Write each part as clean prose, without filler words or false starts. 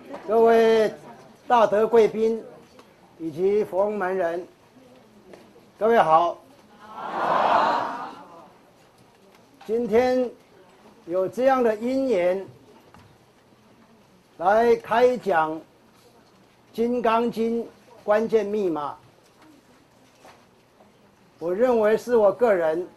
各位大德贵宾以及佛门人，各位好。好。今天有这样的因缘来开讲《金刚经》关键密码，我认为是我个人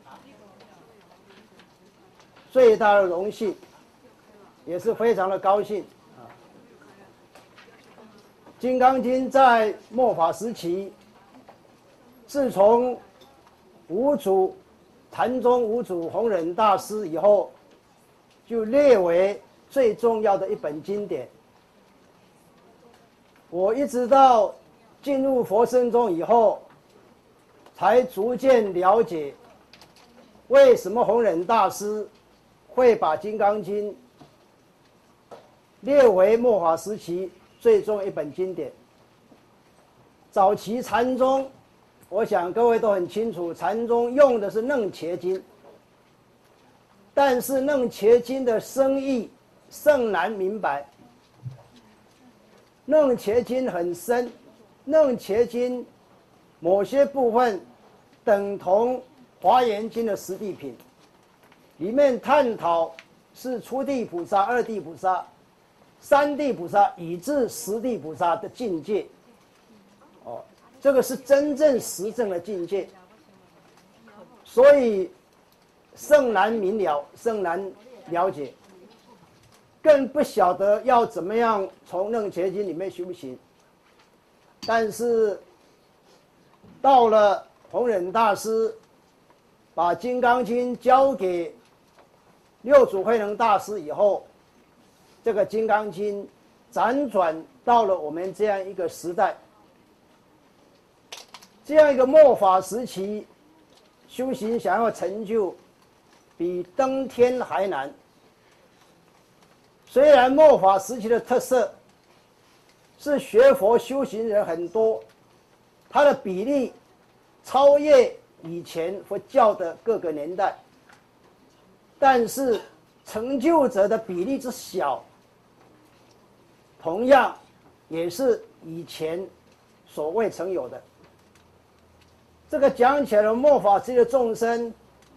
最大的荣幸，也是非常的高兴。《金刚经》在末法时期，自从禅宗五祖弘忍大师以后，就列为最重要的一本经典。我一直到进入佛僧中以后，才逐渐了解为什么弘忍大师会把《金刚经》列为末法时期最重要一本经典。早期禅宗，我想各位都很清楚，禅宗用的是楞伽经，但是楞伽经的深意甚难明白。楞伽经很深，楞伽经某些部分等同华严经的实地品，里面探讨是初地菩萨、二地菩萨、三地菩萨以至十地菩萨的境界。这个是真正实证的境界，所以甚难明了，甚难了解，更不晓得要怎么样从楞伽经里面修行。但是到了弘忍大师把《金刚经》交给六祖慧能大师以后，这个《金刚经》辗转到了我们这样一个时代，这样一个末法时期，修行想要成就，比登天还难。虽然末法时期的特色是学佛修行人很多，它的比例超越以前佛教的各个年代，但是成就者的比例之小，同样也是以前所未曾有的。这个讲起来，末法时期的众生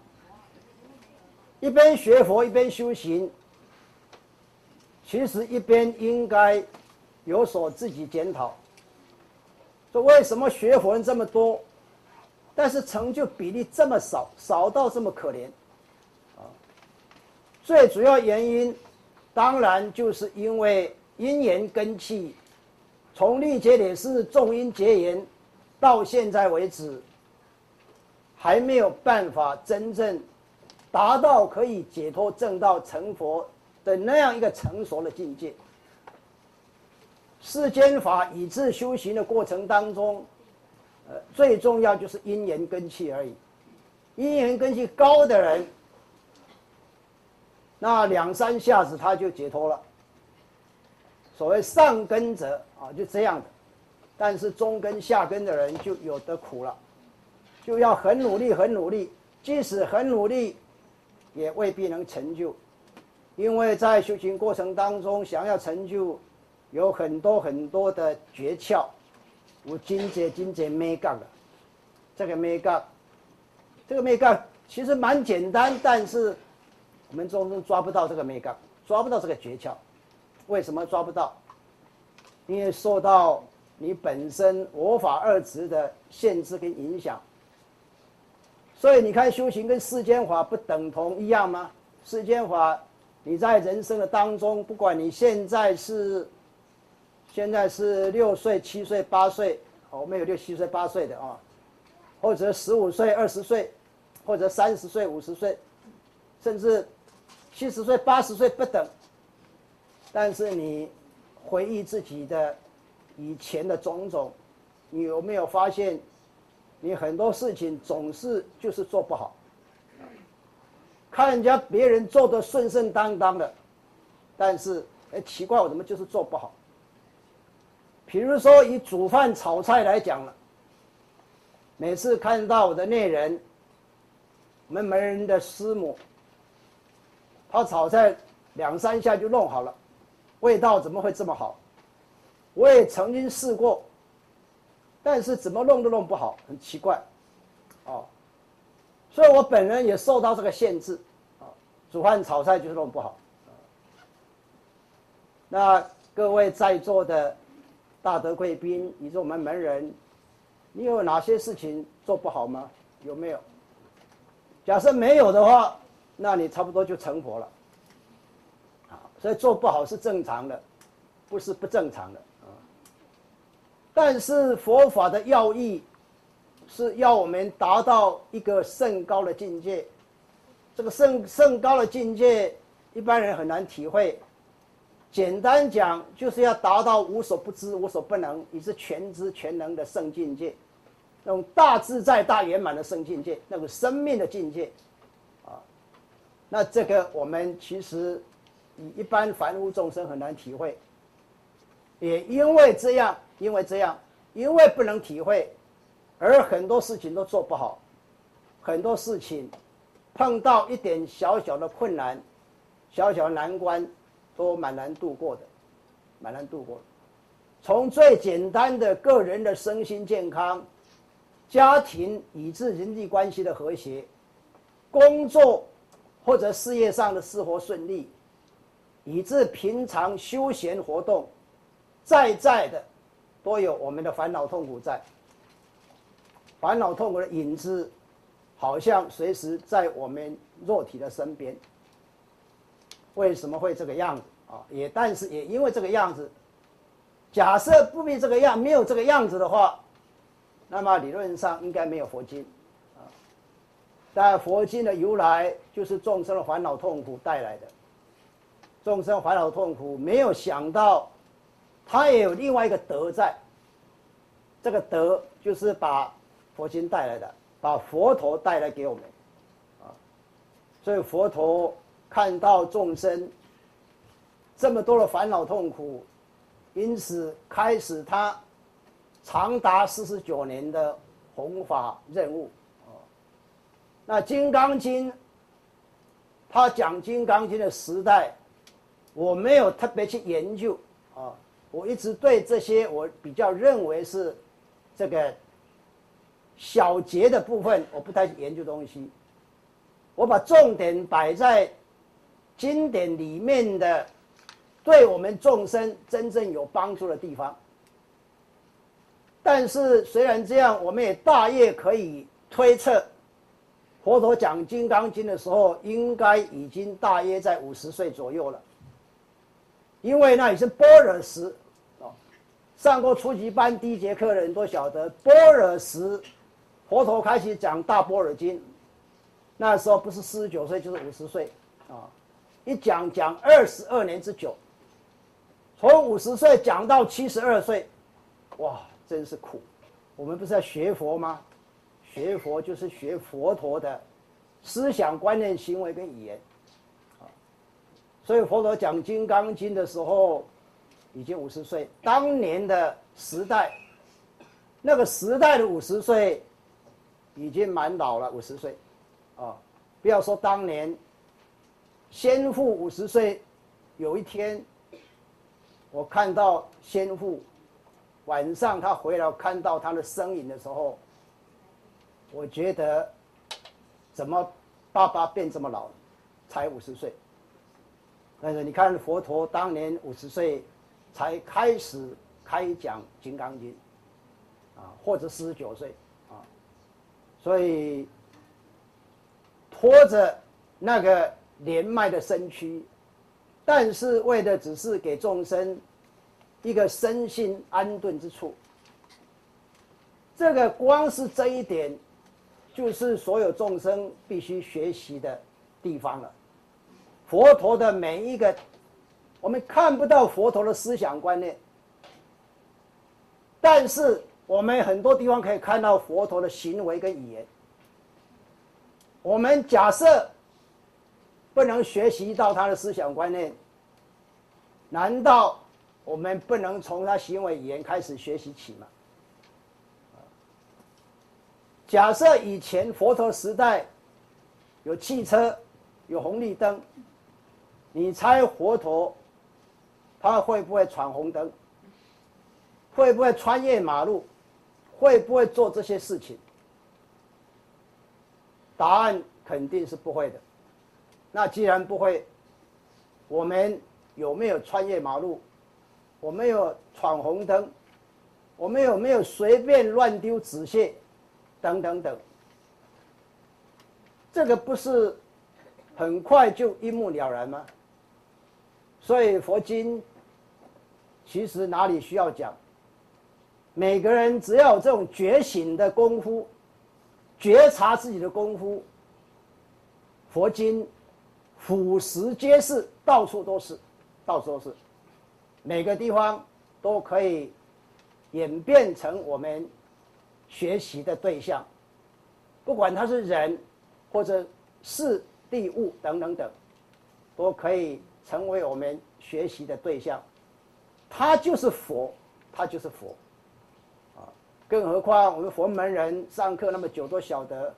一边学佛一边修行，其实一边应该有所自己检讨，说为什么学佛人这么多，但是成就比例这么少，少到这么可怜最主要原因当然就是因为因缘根器，从历劫也是种因结缘到现在为止，还没有办法真正达到可以解脱证道成佛的那样一个成熟的境界。世间法以至修行的过程当中，最重要就是因缘根器而已。因缘根器高的人，那两三下子他就解脱了。所谓上根者就这样的，但是中根下根的人就有得苦了，就要很努力很努力，即使很努力也未必能成就。因为在修行过程当中，想要成就有很多很多的诀窍，有真济美感的。这个美感其实蛮简单，但是我们中抓不到这个美感，抓不到这个诀窍。为什么抓不到？因为受到你本身我法二执的限制跟影响。所以你看修行跟世间法不等同一样吗？世间法你在人生的当中，不管你现在是6岁、7岁、8岁，我们有6、7岁、8岁的或者15岁、20岁，或者30岁、50岁，甚至70岁、80岁不等。但是你回忆自己的以前的种种，你有没有发现你很多事情总是就是做不好？看人家别人做得顺顺当当的，但是奇怪，我怎么就是做不好？比如说以煮饭炒菜来讲了，每次看到我的内人，我们门人的师母，他炒菜2、3下就弄好了， 味道怎么会这么好？我也曾经试过，但是怎么弄都弄不好，很奇怪，哦，所以我本人也受到这个限制，啊，煮饭炒菜就是弄不好。那各位在座的大德贵宾以及我们门人，你有哪些事情做不好吗？有没有？假设没有的话，那你差不多就成佛了。所以做不好是正常的，不是不正常的啊。但是佛法的要义是要我们达到一个甚高的境界，这个甚高的境界，一般人很难体会。简单讲，就是要达到无所不知、无所不能，以至全知全能的圣境界，那种大自在、大圆满的圣境界，那个生命的境界啊。那这个我们其实一般凡夫众生很难体会，也因为这样，因为不能体会，而很多事情都做不好，很多事情碰到一点小小的困难、小小的难关，都蛮难度过的，蛮难度过的。从最简单的个人的身心健康、家庭以至人际关系的和谐、工作或者事业上的事活顺利，以致平常休闲活动，在的都有我们的烦恼痛苦在。烦恼痛苦的影子，好像随时在我们肉体的身边。为什么会这个样子啊？但是也因为这个样子，假设不必这个样，没有这个样子的话，那么理论上应该没有佛经啊。但佛经的由来就是众生的烦恼痛苦带来的。众生烦恼痛苦，没有想到，他也有另外一个德在。这个德就是把佛经带来的，把佛陀带来给我们，啊，所以佛陀看到众生这么多的烦恼痛苦，因此开始他长达49年的弘法任务。那《金刚经》，他讲《金刚经》的时代，我没有特别去研究啊，我一直对这些我比较认为是这个小节的部分，我不太研究东西。我把重点摆在经典里面的对我们众生真正有帮助的地方。但是虽然这样，我们也大约可以推测，佛陀讲《金刚经》的时候，应该已经大约在50岁左右了。因为那也是般若时，上过初级班第一节课的人都晓得，般若时，佛陀开始讲大般若经，那时候不是49岁就是50岁，啊，一讲22年之久，从50岁讲到72岁，哇，真是苦。我们不是在学佛吗？学佛就是学佛陀的思想观念、行为跟语言。所以佛陀讲《金刚经》的时候，已经50岁。当年的时代，那个时代的50岁，已经蛮老了，50岁，啊，不要说当年，先父50岁，有一天，我看到先父，晚上他回来看到他的身影的时候，我觉得，怎么爸爸变这么老，才50岁。但是你看佛陀当年50岁才开始开讲《金刚经》，啊，或者49岁，啊，所以拖着那个年迈的身躯，但是为的只是给众生一个身心安顿之处。这个光是这一点，就是所有众生必须学习的地方了。佛陀的每一个，我们看不到佛陀的思想观念，但是我们很多地方可以看到佛陀的行为跟语言。我们假设不能学习到他的思想观念，难道我们不能从他行为语言开始学习起吗？假设以前佛陀时代有汽车，有红绿灯，你猜佛陀他会不会闯红灯？会不会穿越马路？会不会做这些事情？答案肯定是不会的。那既然不会，我们有没有穿越马路？我们有闯红灯？我们有没有随便乱丢纸屑？等等等。这个不是很快就一目了然吗？所以佛经其实哪里需要讲？每个人只要有这种觉醒的功夫，觉察自己的功夫，佛经俯拾皆是，到处都是，到处都是，每个地方都可以演变成我们学习的对象，不管他是人或者事地物等等等，都可以成为我们学习的对象。他就是佛，他就是佛。更何况我们佛门人上课那么久都晓得，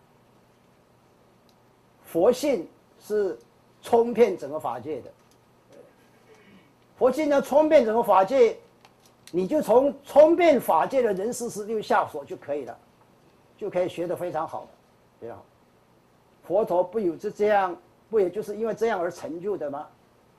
佛性是冲遍整个法界的。佛性要冲遍整个法界，你就从冲遍法界的人事实力下手就可以了，就可以学得非常好，非常好。佛陀不也是这样，不也就是因为这样而成就的吗？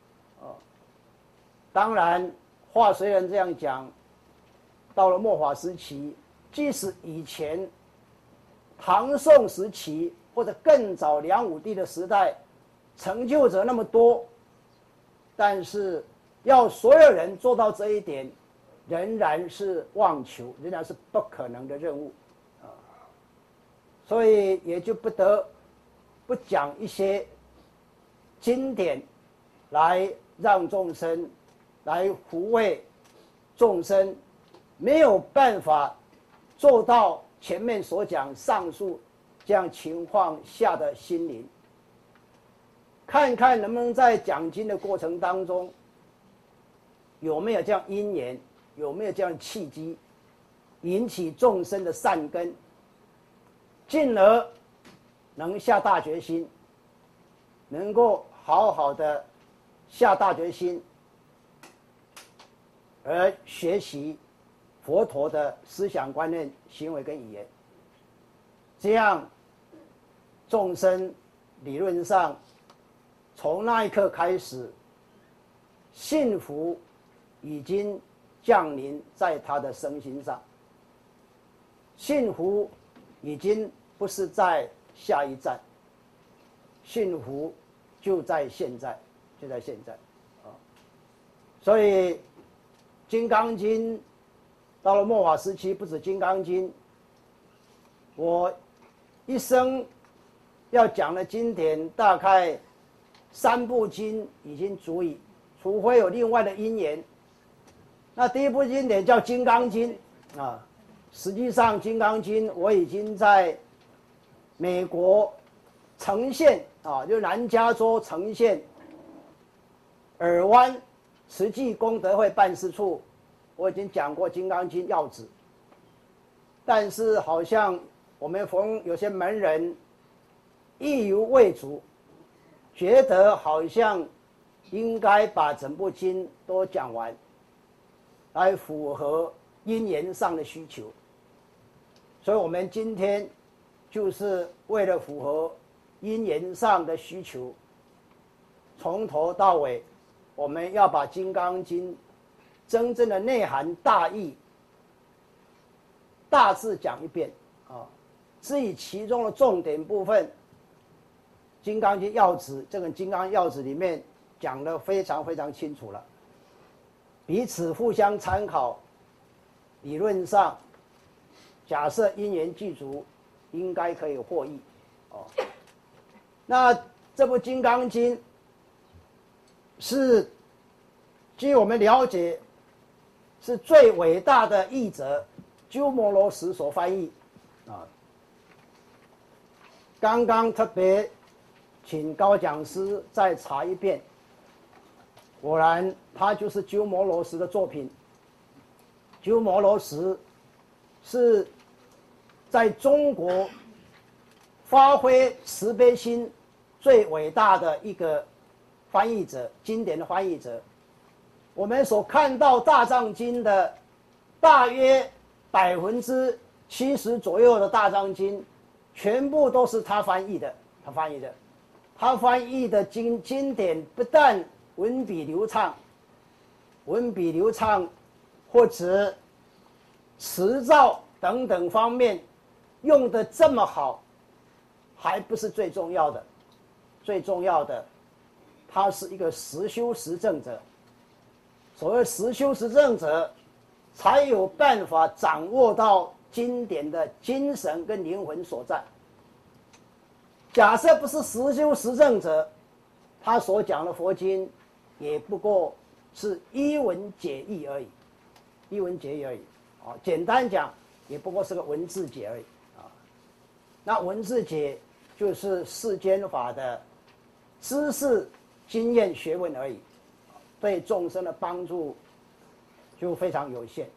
当然，话虽然这样讲，到了末法时期，即使以前唐宋时期或者更早梁武帝的时代，成就者那么多，但是要所有人做到这一点，仍然是妄求，仍然是不可能的任务所以也就不得不讲一些经典来让众生来抚慰众生没有办法做到前面所讲上述这样情况下的心灵，看看能不能在讲经的过程当中有没有这样因缘，有没有这样契机，引起众生的善根，进而能下大决心，能够好好的下大决心，而学习佛陀的思想观念、行为跟语言，这样众生理论上从那一刻开始，幸福已经降临在他的身心上，幸福已经不是在下一站，幸福就在现在，就在现在所以《金刚经》到了末法时期，不止《金刚经》，我一生要讲的经典大概3部经已经足以，除非有另外的因缘。那第一部经典叫《金刚经》实际上《金刚经》我已经在美国橙县就是南加州橙县尔湾慈济功德会办事处，我已经讲过《金刚经》要旨，但是好像我们有些门人意犹未足，觉得好像应该把整部经都讲完，来符合因缘上的需求。所以我们今天就是为了符合因缘上的需求，从头到尾我们要把《金刚经》真正的内涵大义大致讲一遍至于其中的重点部分，《金刚经要旨》这个《金刚要旨》里面讲得非常非常清楚了，彼此互相参考，理论上假设因缘具足，应该可以获益那这部《金刚经》是据我们了解是最伟大的译者鸠摩罗什所翻译刚刚特别请高讲师再查一遍，果然它就是鸠摩罗什的作品。鸠摩罗什是在中国发挥慈悲心最伟大的一个翻译者，经典的翻译者。 我们所看到大藏经的大约70%左右的大藏经，全部都是他翻译的。他翻译的经典不但文笔流畅，或者词造等等方面用得这么好，还不是最重要的。最重要的，他是一个实修实证者。所谓实修实证者，才有办法掌握到经典的精神跟灵魂所在。假设不是实修实证者，他所讲的佛经也不过是一文解义而已，简单讲，也不过是个文字解而已啊。那文字解就是世间法的知识、经验、学问而已，对众生的帮助就非常有限。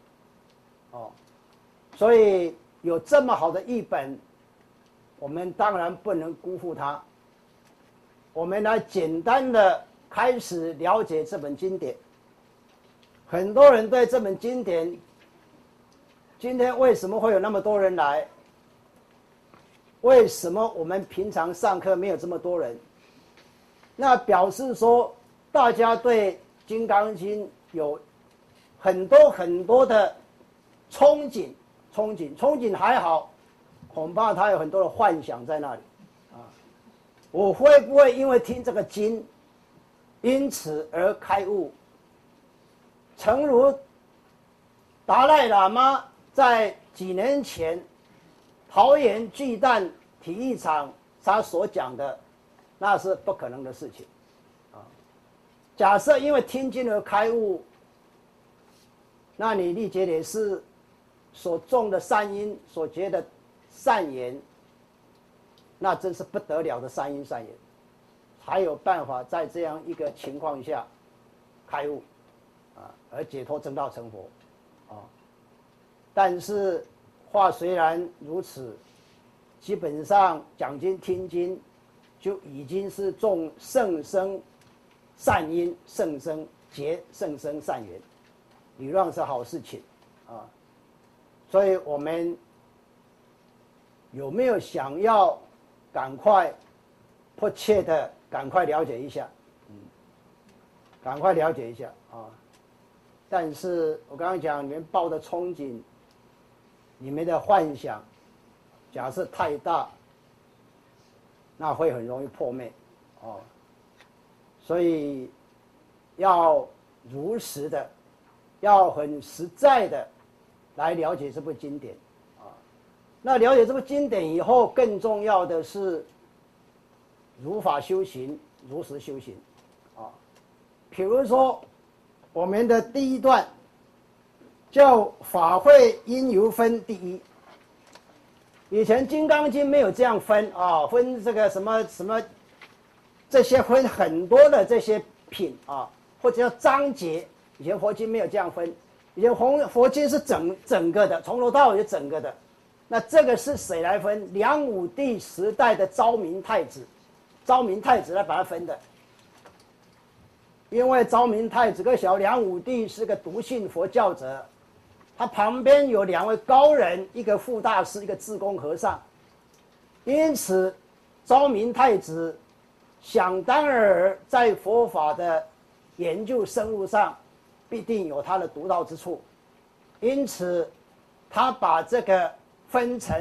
所以有这么好的译本，我们当然不能辜负它。我们来简单的开始了解这本经典。很多人对这本经典，今天为什么会有那么多人来？为什么我们平常上课没有这么多人？那表示说，大家对《金刚经》有很多的憧憬还好，恐怕他有很多的幻想在那里啊。我会不会因为听这个经，因此而开悟？诚如达赖喇嘛在几年前桃园巨蛋体育场他所讲的，那是不可能的事情啊。假设因为听经而开悟，那你历劫也是所种的善因，所结的善缘，那真是不得了的善因善缘，才有办法在这样一个情况下开悟啊，而解脱证道成佛啊。但是话虽然如此，基本上讲经听经就已经是种甚深善因，甚深结甚深善缘，理论上是好事情啊。所以我们有没有想要赶快迫切的赶快了解一下？赶快了解一下啊！但是我刚刚讲，你们抱的憧憬，你们的幻想，假设太大，那会很容易破灭哦。所以要如实的，要很实在的来了解这部经典啊。那了解这部经典以后，更重要的是如法修行，如实修行啊。比如说，我们的第一段叫法会因由分第一。以前《金刚经》没有这样分啊，分这个什么什么，这些分很多的这些品啊，或者叫章节。以前佛经没有这样分，以前佛经是整个的，从头到尾就整个的。那这个是谁来分？梁武帝时代的昭明太子来把它分的。因为昭明太子跟小梁武帝是个笃信佛教者，他旁边有2位高人，一个副大师，一个智公和尚。因此，昭明太子想当然而在佛法的研究深入上，必定有他的独到之处。因此，他把这个分成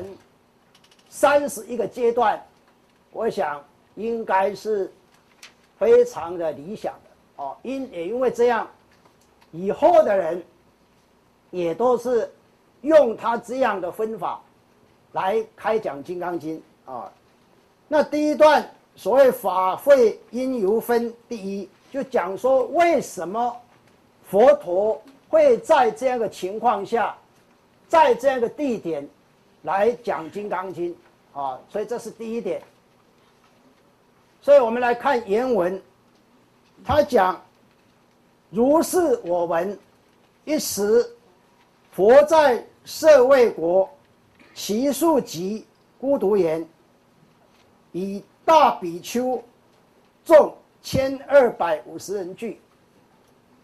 31个阶段，我想应该是非常的理想的。也因为这样，以后的人也都是用他这样的分法来开讲《金刚经》啊。那第一段所谓法会因由分第一，就讲说为什么佛陀会在这样的情况下，在这样的地点来讲《金刚经》啊，所以这是第一点。所以我们来看原文。他讲，如是我闻，一时佛在舍卫国祇树集孤独园，以大比丘众1250人聚，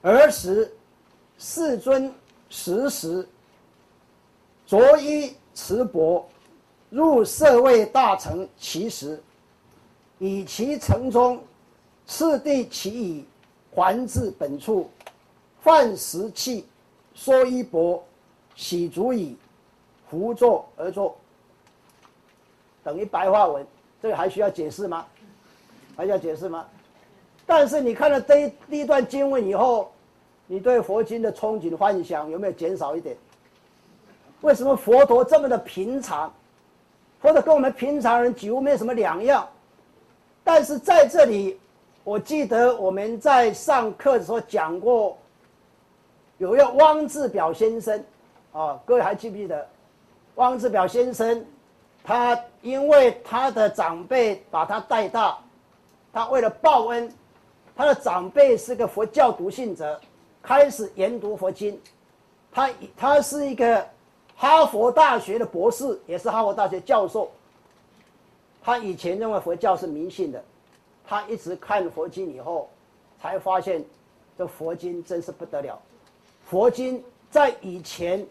尔时世尊时时着衣持帛，入舍卫大城其时，以其城中次第其已，还至本处，饭食器，说衣帛，洗足矣，胡坐而坐。等于白话文，这个还需要解释吗？还需要解释吗？但是你看了第一段经文以后，你对佛经的憧憬幻想有没有减少一点？为什么佛陀这么的平常？佛陀跟我们平常人几乎没有什么两样，但是在这里，我记得我们在上课的时候讲过，有一位汪志表先生，各位还记不记得？汪志表先生，他因为他的长辈把他带大，他为了报恩，他的长辈是个佛教笃信者，开始研读佛经。他是一个哈佛大学的博士，也是哈佛大学教授。他以前认为佛教是迷信的，他一直看佛经以后，才发现这佛经真是不得了。佛经在以前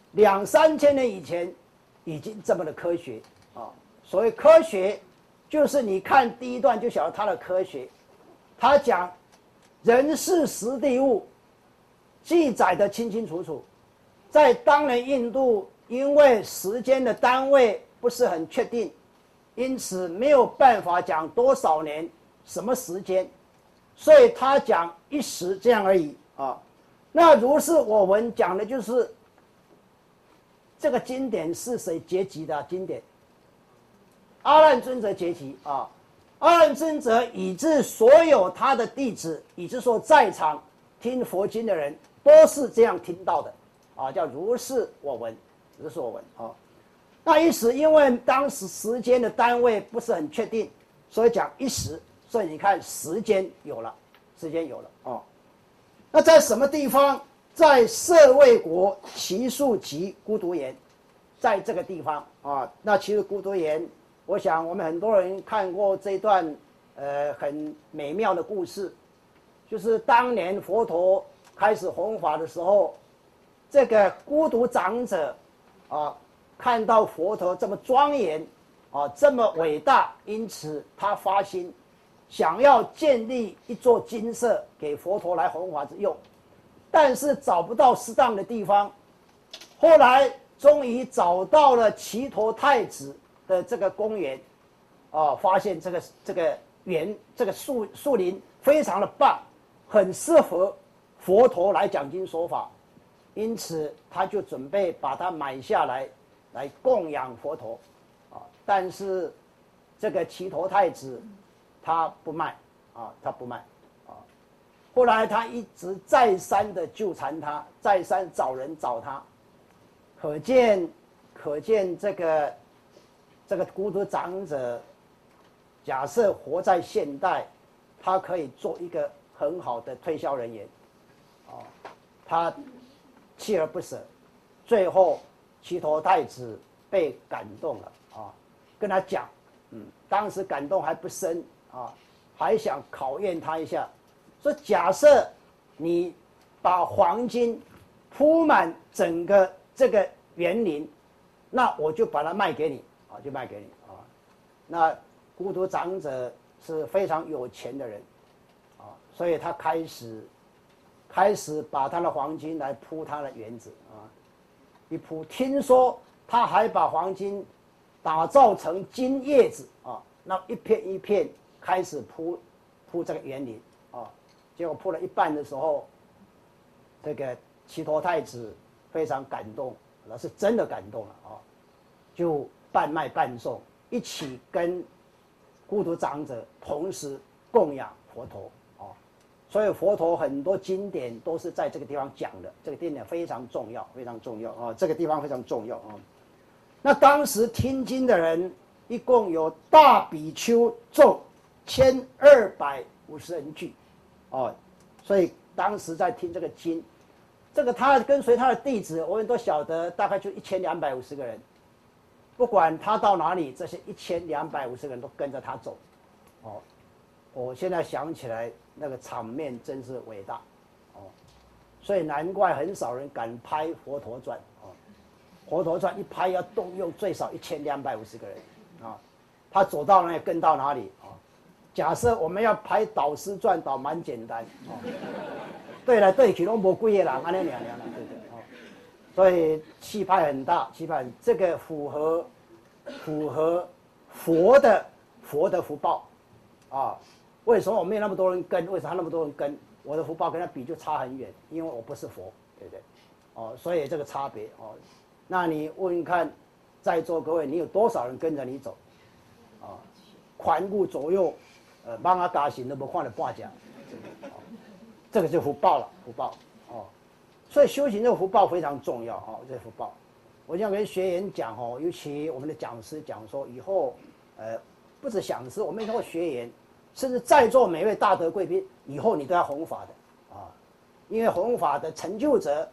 2、3千年以前已经这么的科学啊！所谓科学，就是你看第一段就晓得它的科学。他讲人事实地物，记载得清清楚楚。在当年印度，因为时间的单位不是很确定，因此没有办法讲多少年什么时间，所以他讲一时这样而已啊。那如是我闻讲的就是这个经典是谁结集的经典？阿难尊者结集啊。阿难尊者以致所有他的弟子，以致说在场听佛经的人都是这样听到的啊，叫如是我闻，如是我闻啊。那一时因为当时时间的单位不是很确定，所以讲一时，所以你看时间有了，时间有了哦。那在什么地方？在舍卫国祇树集孤独园，在这个地方啊。那其实孤独园，我想我们很多人看过这段很美妙的故事，就是当年佛陀开始弘法的时候，这个孤独长者啊，看到佛陀这么庄严啊，这么伟大，因此他发心想要建立一座精舍给佛陀来弘法之用，但是找不到适当的地方。后来终于找到了祇陀太子的这个公园，发现这个园这个树林非常的棒，很适合佛陀来讲经说法，因此他就准备把它买下来供养佛陀，但是这个祇陀太子他不卖他不卖后来他一直再三的纠缠他，再三找人找他，可见这个孤独长者，假设活在现代，他可以做一个很好的推销人员，他锲而不舍，最后祇陀太子被感动了跟他讲，当时感动还不深还想考验他一下，说假设你把黄金铺满整个这个园林，那我就把它卖给你就卖给你那孤独长者是非常有钱的人所以他开始把他的黄金来铺他的园子一铺，听说他还把黄金打造成金叶子那一片一片开始铺这个园林结果铺了一半的时候，这个祇陀太子非常感动，那是真的感动了就半卖半送，一起跟孤独长者同时供养佛陀所以佛陀很多经典都是在这个地方讲的，这个经典非常重要，非常重要这个地方非常重要那当时听经的人一共有大比丘众1250人聚所以当时在听这个经，这个他跟随他的弟子，我们都晓得，大概就1250个人。不管他到哪里，这些1250个人都跟着他走。我现在想起来，那个场面真是伟大所以难怪很少人敢拍佛陀传啊。佛陀传一拍要动用最少1250个人啊，他走到哪里跟到哪里啊。假设我们要拍导师传，导蛮简单啊，对来对去都没几个人，安尼两对对啊，所以气派很大，气派这个符合佛的福报啊。为什么我没有那么多人跟？为什么他那么多人跟？我的福报跟他比就差很远，因为我不是佛，对不对？哦，所以这个差别哦。那你问问看，在座各位，你有多少人跟着你走？啊，环顾左右，帮他加行都不看了半甲，这个就福报了，福报哦。所以修行这个福报非常重要哦，这个福报。我想跟学员讲哦，尤其我们的讲师讲说，以后不止讲师，我们以后学员，甚至在座每位大德贵宾，以后你都要弘法的啊，因为弘法的成就者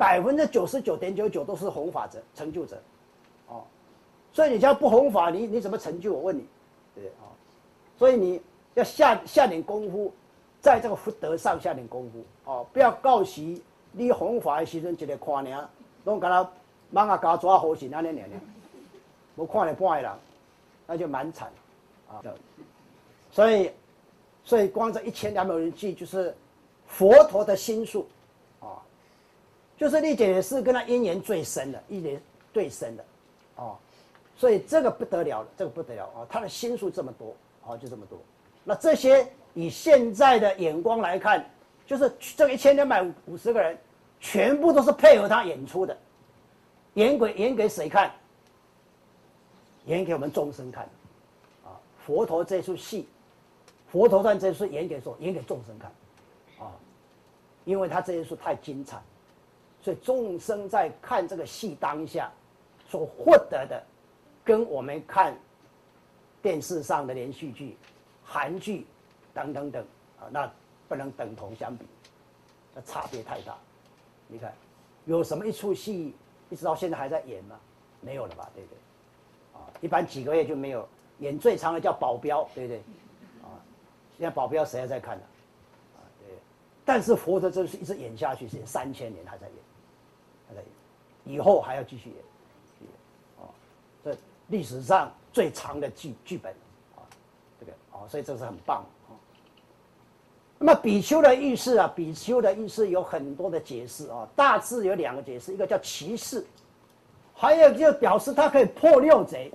99.99%都是弘法者成就者，哦，所以你只要不弘法，你怎么成就？我问你，对啊，所以你要下点功夫，在这个福德上下点功夫哦，不要告时你弘法的时阵一个看尔，拢敢若蠓仔咬抓好心安尼尔，无看了半个人，那就蛮惨啊。所以光这1200人记就是佛陀的心术啊，就是你这件事跟他因缘最深的，因缘最深的啊，所以这个不得了了，这个不得了啊，他的心术这么多啊，就这么多。那这些以现在的眼光来看，就是这个1250个人，全部都是配合他演出的，演给谁看？演给我们众生看，啊，佛陀这出戏，佛陀传这出演给众生看，啊，因为他这一出太精彩，所以众生在看这个戏当下所获得的，跟我们看电视上的连续剧、韩剧等等等啊，那不能等同相比，那差别太大。你看，有什么一出戏一直到现在还在演吗？没有了吧，对不对？啊，一般几个月就没有。演最长的叫保镖，对不对？啊，现在保镖谁还在看呢？啊，对。但是佛陀真是一直演下去，是演3000年还在演，以后还要继续演，啊，这历史上最长的剧本，啊，这个啊，所以这是很棒啊。那么比丘的意思啊，比丘的意思有很多的解释啊，大致有2个解释，一个叫骑士，还有就表示它可以破六贼。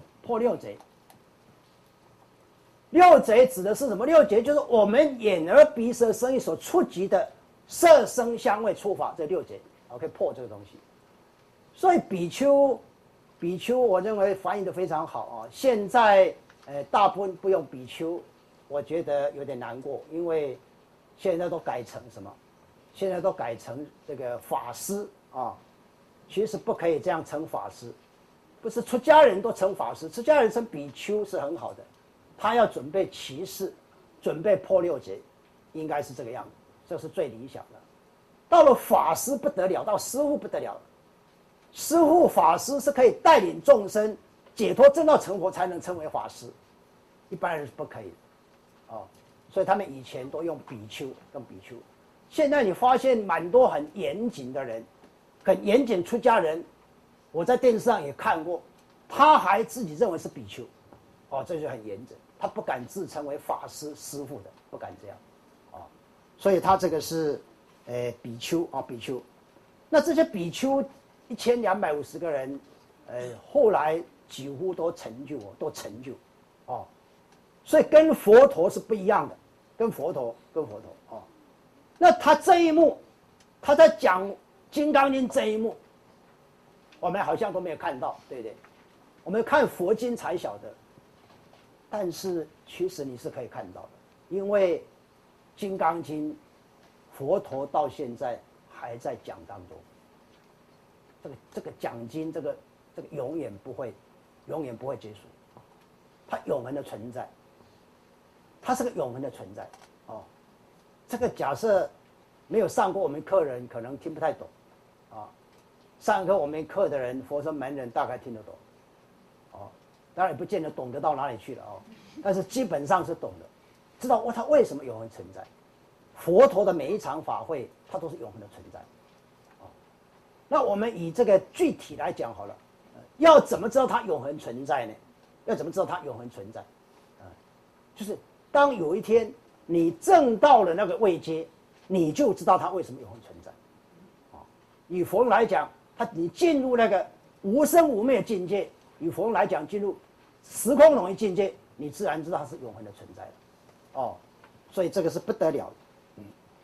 六贼指的是什么？六贼就是我们眼耳鼻舌身意所触及的色声香味触法，这六贼可以破这个东西。所以比丘，我认为翻译的非常好啊。现在大部分不用比丘，我觉得有点难过，因为现在都改成什么？现在都改成这个法师啊。其实不可以这样称法师，不是出家人都称法师，出家人称比丘是很好的。他要准备骑士，准备破六劫，应该是这个样子，这是最理想的。到了法师不得了，到师父不得了了。师父法师是可以带领众生解脱正道成佛，才能称为法师，一般人是不可以的，哦，所以他们以前都用比丘，现在你发现蛮多很严谨的人，很严谨出家人，我在电视上也看过，他还自己认为是比丘，哦，这就很严整。他不敢自称为法师师父的，不敢这样，啊，所以他这个是，比丘啊，比丘。那这些比丘1250个人，后来几乎都成就，哦，所以跟佛陀是不一样的，跟佛陀哦。那他这一幕，他在讲《金刚经》这一幕，我们好像都没有看到，对不对？我们看佛经才晓得。但是其实你是可以看到的，因为《金刚经》，佛陀到现在还在讲当中。这个讲经，这个永远不会结束，它永恒的存在，它是个永恒的存在哦。这个假设没有上过我们课人可能听不太懂，啊，上过我们课的人，佛生门人大概听得懂。当然也不见得懂得到哪里去了哦，但是基本上是懂的，知道它为什么永恒存在。佛陀的每一场法会，它都是永恒的存在， 那我们以这个具体来讲好了，要怎么知道它永恒存在呢？要怎么知道它永恒存在？就是当有一天你证到了那个位阶，你就知道它为什么永恒存在。以佛来讲，你进入那个无生无灭境界，以佛来讲进入时空统一境界，你自然知道它是永恒的存在了。所以这个是不得了的。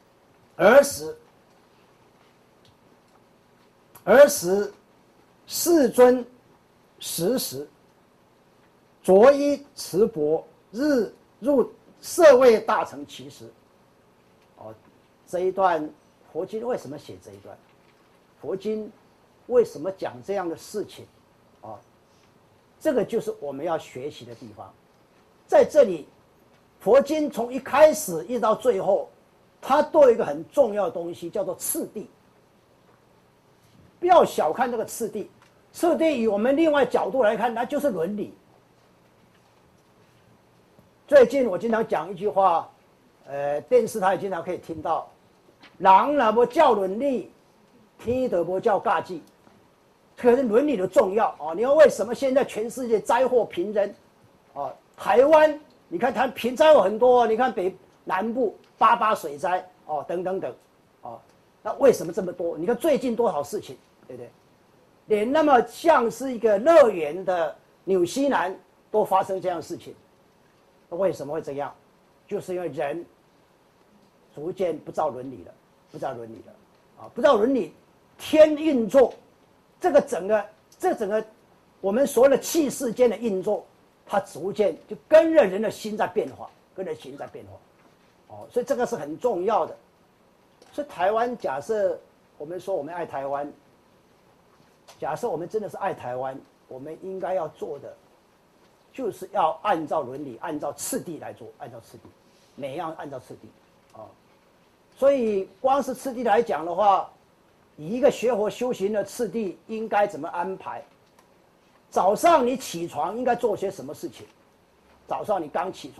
儿时世尊时时着衣持钵，日入舍卫大乘其时。这一段佛经为什么写这一段？佛经为什么讲这样的事情？这个就是我们要学习的地方。在这里，佛经从一开始一直到最后，它都有一个很重要的东西，叫做次第。不要小看这个次第，次第以我们另外角度来看，它就是伦理。最近我经常讲一句话，电视台经常可以听到，人若不教伦理，天就不教教纪。可是伦理的重要啊！你看为什么现在全世界灾祸频仍？台湾你看它灾祸很多，你看南部88水灾等等等，那为什么这么多？你看最近多少事情，对不对？连那么像是一个乐园的纽西兰都发生这样的事情，那为什么会这样？就是因为人逐渐不照伦理了，不照伦理了，不照伦理，天运作。这整个我们所谓的气世间的运作，它逐渐就跟着人的心在变化，所以这个是很重要的。所以台湾，假设我们说我们爱台湾，假设我们真的是爱台湾，我们应该要做的，就是要按照伦理、按照次第来做，按照次第，每样按照次第所以光是次第来讲的话，以一个学佛修行的次第应该怎么安排？早上你起床应该做些什么事情？早上你刚起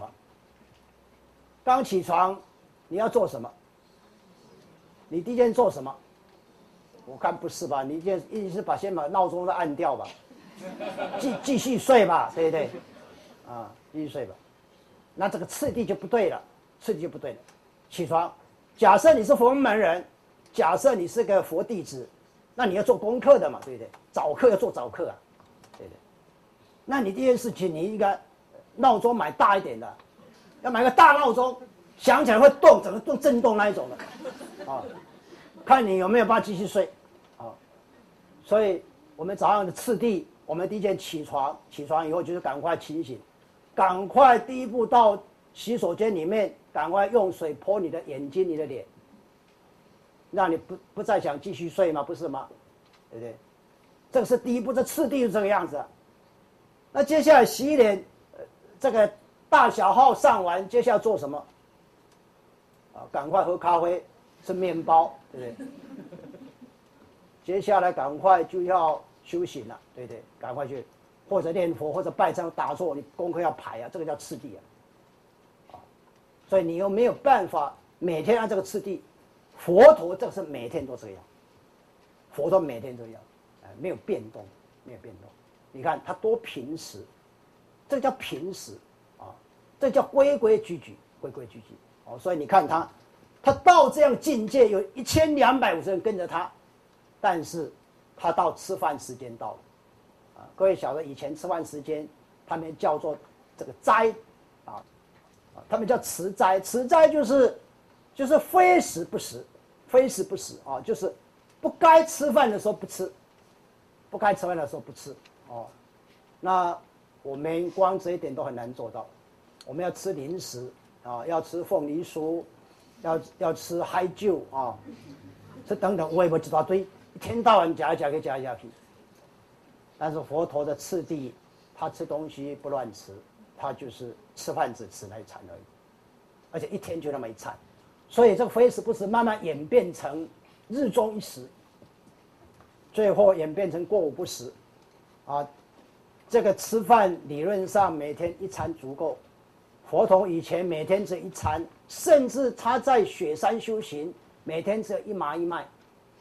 床，你要做什么？你第一件做什么？我看不是吧？你一定是先把闹钟都按掉吧，继续睡吧，对不对？继续睡吧。那这个次第就不对了，起床，假设你是佛门人。假设你是个佛弟子，那你要做功课的嘛，对不对？早课要做早课对不对？那你第一件事情，你应该闹钟买大一点的，要买个大闹钟，响起来会动，整个震动那一种的，看你有没有办法继续睡，所以我们早上的次第，我们第一件起床以后就是赶快清醒，赶快第一步到洗手间里面，赶快用水泼你的眼睛、你的脸。让你不再想继续睡吗？不是吗？对不对？这个是第一步，这次第是这个样子。那接下来洗脸，这个大小号上完，接下来做什么？赶快喝咖啡，吃面包，对不对？接下来赶快就要修行了，对不对？赶快去，或者念佛，或者拜忏打坐，你功课要排这个叫次第所以你又没有办法每天按这个次第。佛陀这是每天都这样，佛陀每天这样，没有变动。你看他多平实，这个叫平实这叫规规矩矩。所以你看他到这样境界，有1250人跟着他，但是他到吃饭时间到了各位晓得以前吃饭时间，他们叫做这个斋他们叫持斋，持斋就是非时不食，就是不该吃饭的时候不吃，不该吃饭的时候不吃那我们光这一点都很难做到。我们要吃零食要吃凤梨酥，要吃嗨酒这等等，我也不知道堆，一天到晚夹去。但是佛陀的次第，他吃东西不乱吃，他就是吃饭只吃那一餐而已，而且一天就那么一餐。所以这个非时不食慢慢演变成日中一食，最后演变成过午不食这个吃饭理论上每天一餐足够。佛陀以前每天只一餐，甚至他在雪山修行，每天只有1麻1麦，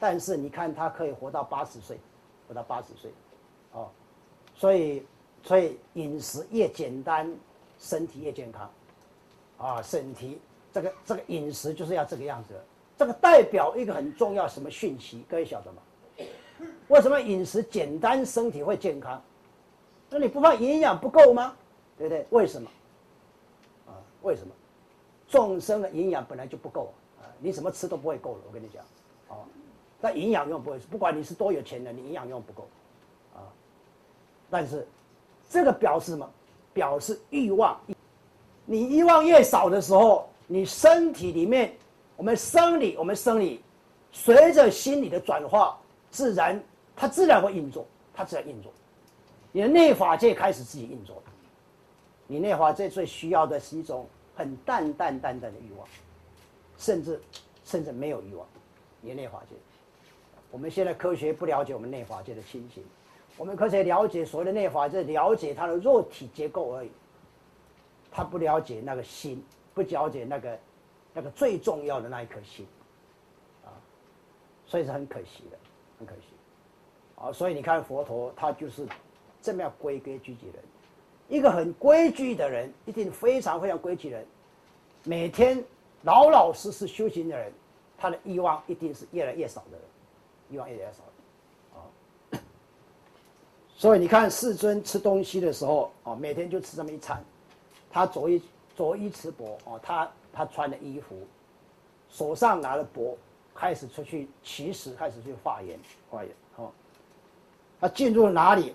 但是你看他可以活到80岁，活到80岁，哦，所以饮食越简单，身体越健康，啊，身体这个饮食就是要这个样子。这个代表一个很重要什么讯息？各位晓得吗？为什么饮食简单，身体会健康？那你不怕营养不够吗？对不对？为什么？啊，为什么？众生的营养本来就不够啊，你怎么吃都不会够的。我跟你讲，啊，那营养用不会，不管你是多有钱人，你营养用不够，啊，但是这个表示什么？表示欲望。你欲望越少的时候，你身体里面，我们生理随着心理的转化，它自然会运作，它自然运作。你的内法界开始自己运作，你内法界最需要的是一种很淡淡的欲望，甚至没有欲望。你的内法界，我们现在科学不了解我们内法界的情形，我们科学了解所谓的内法界，了解它的肉体结构而已，他不了解那个心，不了解那个最重要的那一颗心，啊，所以是很可惜的，很可惜，啊，所以你看佛陀他就是这么样规矩的人，一个很规矩的人，一定非常规矩的人，每天老老实实修行的人，他的欲望一定是越来越少的人，欲望越来越少的，啊，所以你看世尊吃东西的时候，啊，每天就吃这么一餐。他着衣持钵，哦，他穿的衣服，手上拿了钵，开始出去乞食，开始去化缘，哦，他进入哪里？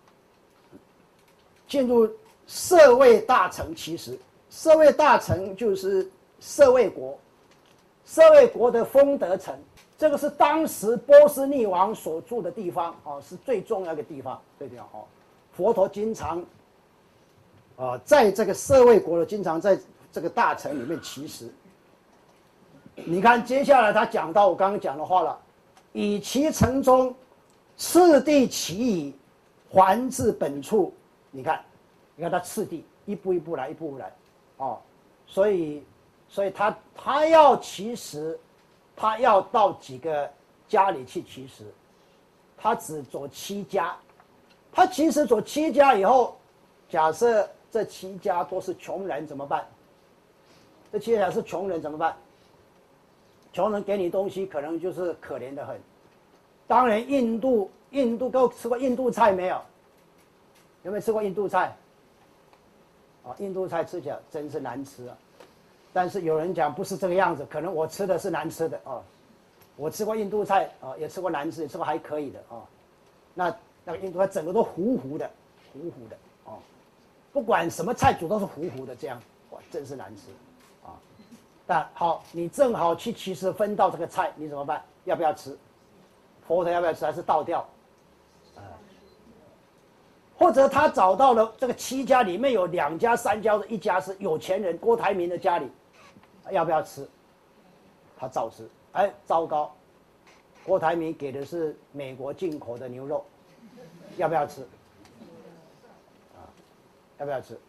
进入舍卫大城乞食。舍卫大城就是舍卫国，舍卫国的丰德城，这个是当时波斯匿王所住的地方，哦，是最重要的地方，哦，佛陀经常。在这个舍卫国的，经常在这个大城里面乞食。你看，接下来他讲到我刚刚讲的话了，以其城中次第乞矣，还至本处。你看他次第一步一步来，哦，所以他要乞食，他要到几个家里去乞食，他只走7家，他其实走7家以后，假设。这7家都是穷人怎么办？这7家是穷人怎么办？穷人给你东西可能就是可怜的很。当然，印度都吃过印度菜没有？有没有吃过印度菜？啊，印度菜吃起来真是难吃啊！但是有人讲不是这个样子，可能我吃的是难吃的啊。我吃过印度菜啊，也吃过难吃，也吃过还可以的啊。那个印度菜整个都糊糊的哦。不管什么菜煮都是糊糊的，这样哇，真是难吃，啊！但好，你正好去乞食分到这个菜，你怎么办？要不要吃？佛陀要不要吃？还是倒掉？或者他找到了这个7家里面有2家、3家，一家是有钱人郭台铭的家里，要不要吃？他照吃。哎，糟糕！郭台铭给的是美国进口的牛肉，要不要吃？要不要吃？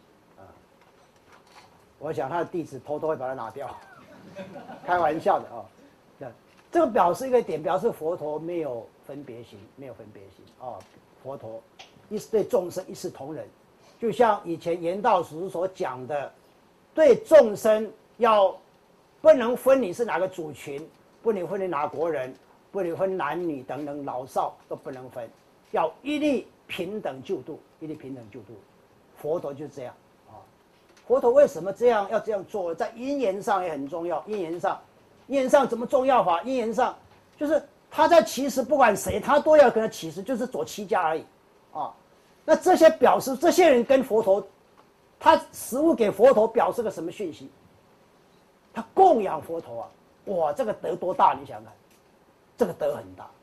我想他的弟子偷偷会把它拿掉，开玩笑的啊。这个表示一个点，表示佛陀没有分别心，啊。佛陀对众生一视同仁，就像以前圆道祖师所讲的，对众生不能分你是哪个族群，不能分你哪国人，不能分男女等等老少都不能分，要一律平等救度，佛陀就这样啊。佛陀为什么要这样做？在因缘上也很重要。因缘上怎么重要法？因缘上就是他在乞食，不管谁，他都要跟他乞食，就是走7家而已啊。那这些表示，这些人跟佛陀，他食物给佛陀表示个什么讯息？他供养佛陀啊！哇，这个德多大？你想想看，这个德很大，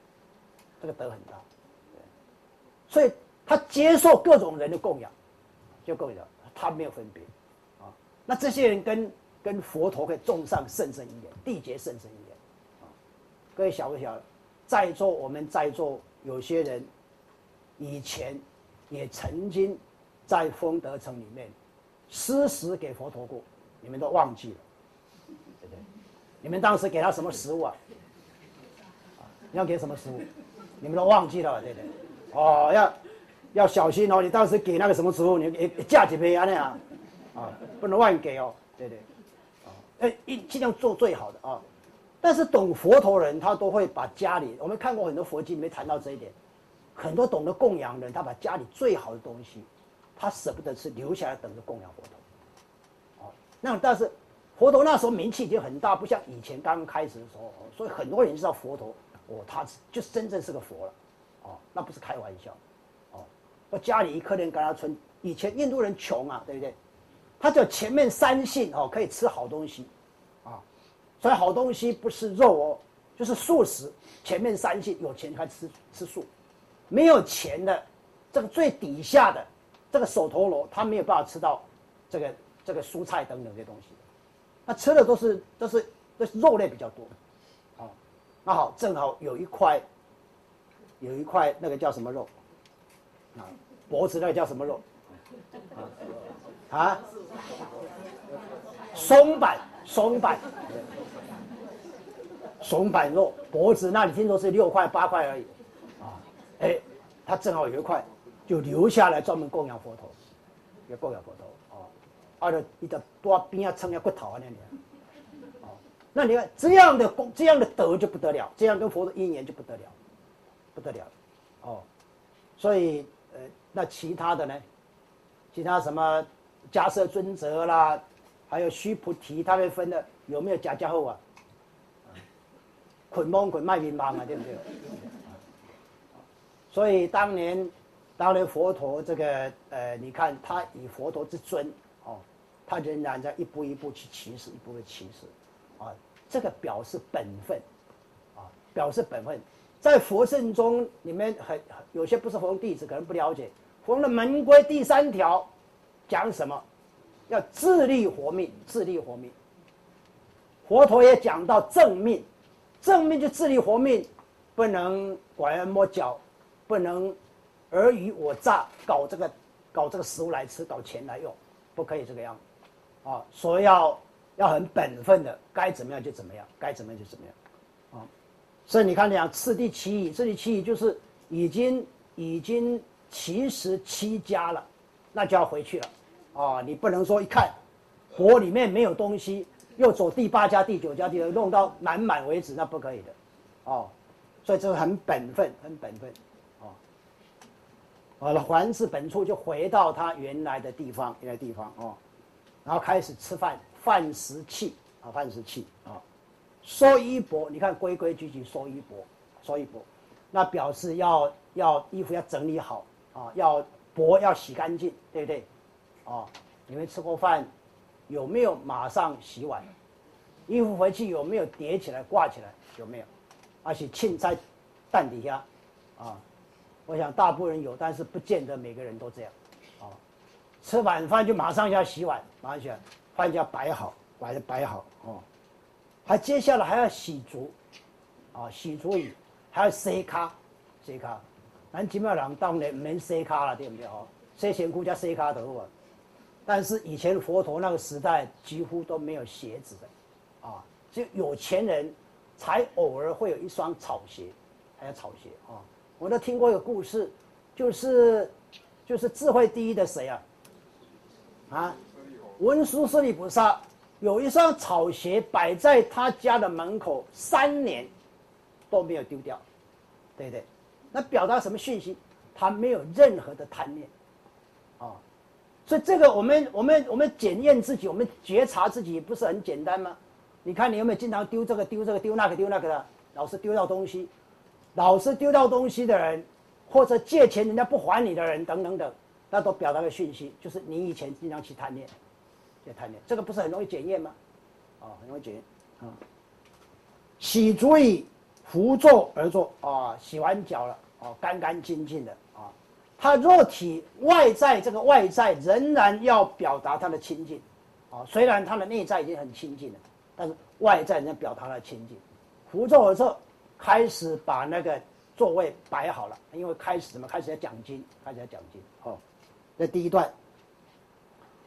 所以他接受各种人的供养。就够了，他没有分别，啊，那这些人跟佛陀可以种上甚深因缘，缔结甚深因缘，啊，各位晓不晓得？我们在座有些人，以前也曾经在丰德城里面施食给佛陀过，你们都忘记了，对不对？你们当时给他什么食物啊？ 你要给什么食物？你们都忘记了，对不对？哦，要小心哦！你当时给那个什么食物，你价几杯啊那样，不能乱给哦，对不对？尽量做最好的啊。但是懂佛陀人，他都会把家里，我们看过很多佛经里面谈到这一点，很多懂得供养人，他把家里最好的东西，他舍不得吃，留下来等着供养佛陀。但是佛陀那时候名气已经很大，不像以前刚刚开始的时候，所以很多人知道佛陀，他就是真正是个佛了，那不是开玩笑，我家里一颗连甘拿村，以前印度人穷啊，对不对？他只有前面3姓可以吃好东西，所以好东西不是肉就是素食。前面3姓有钱才吃素，没有钱的，这个最底下的这个手陀螺，他没有办法吃到这个蔬菜等等这些东西，他吃的都是肉类比较多，那好，正好有一块那个叫什么肉脖子那个叫什么肉松板肉，脖子那里听说是6块8块而已，他正好有一块，就留下来专门供养佛陀，也供养佛陀你的多边要撑下骨头那你看这样的德就不得了，这样跟佛的因缘就不得了，所以那其他的呢？其他什么迦摄尊者啦，还有须菩提，他们分的有没有家家后捆蒙捆卖民忙对不对？所以当年佛陀这个你看他以佛陀之尊他仍然在一步一步去起始，这个表示本分在佛圣中，你们有些不是佛宗弟子可能不了解，佛宗的门规第3条讲什么？要自力活命，佛陀也讲到正命就自力活命，不能拐弯抹角，不能尔虞我诈，搞这个食物来吃，搞钱来用，不可以这个样子所以要很本分的，该怎么样就怎么样，所以你看讲次第七义就是已经其实7家了，那就要回去了你不能说一看钵里面没有东西，又走第8家第9家弄到满满为止，那不可以的所以这个很本分好了，还至本处就回到他原来的地方然后开始吃饭食器收衣钵，你看规规矩矩收衣钵，那表示要衣服要整理好钵要洗干净，对不对你们吃过饭有没有马上洗碗？衣服回去有没有叠起来挂起来？有没有？而且浸在蛋底下我想大部分人有，但是不见得每个人都这样吃晚饭就马上要洗碗，饭就要摆好还接下来还要洗足洗足以还要洗脚咱今麦人当然没洗脚了，对不对洗身躯加洗脚的好但是以前佛陀那个时代几乎都没有鞋子的只有有钱人才偶尔会有一双草鞋，还有草鞋我都听过一个故事，就是智慧第一的谁文殊师利菩萨有一双草鞋摆在他家的门口3年都没有丢掉，对不对？那表达什么讯息？他没有任何的贪念所以这个我们检验自己，我们觉察自己不是很简单吗？你看你有没有经常丢这个丢那个的，老是丢到东西的人，或者借钱人家不还你的人等等，那都表达个讯息，就是你以前经常去贪念，这个不是很容易检验吗？很容易检验洗足以扶坐而坐洗完脚了干干净净的他肉体外在这个外在仍然要表达他的清净虽然他的内在已经很清净了，但是外在仍然表达他的清净。扶坐而坐，开始把那个座位摆好了，因为开始要讲经这第一段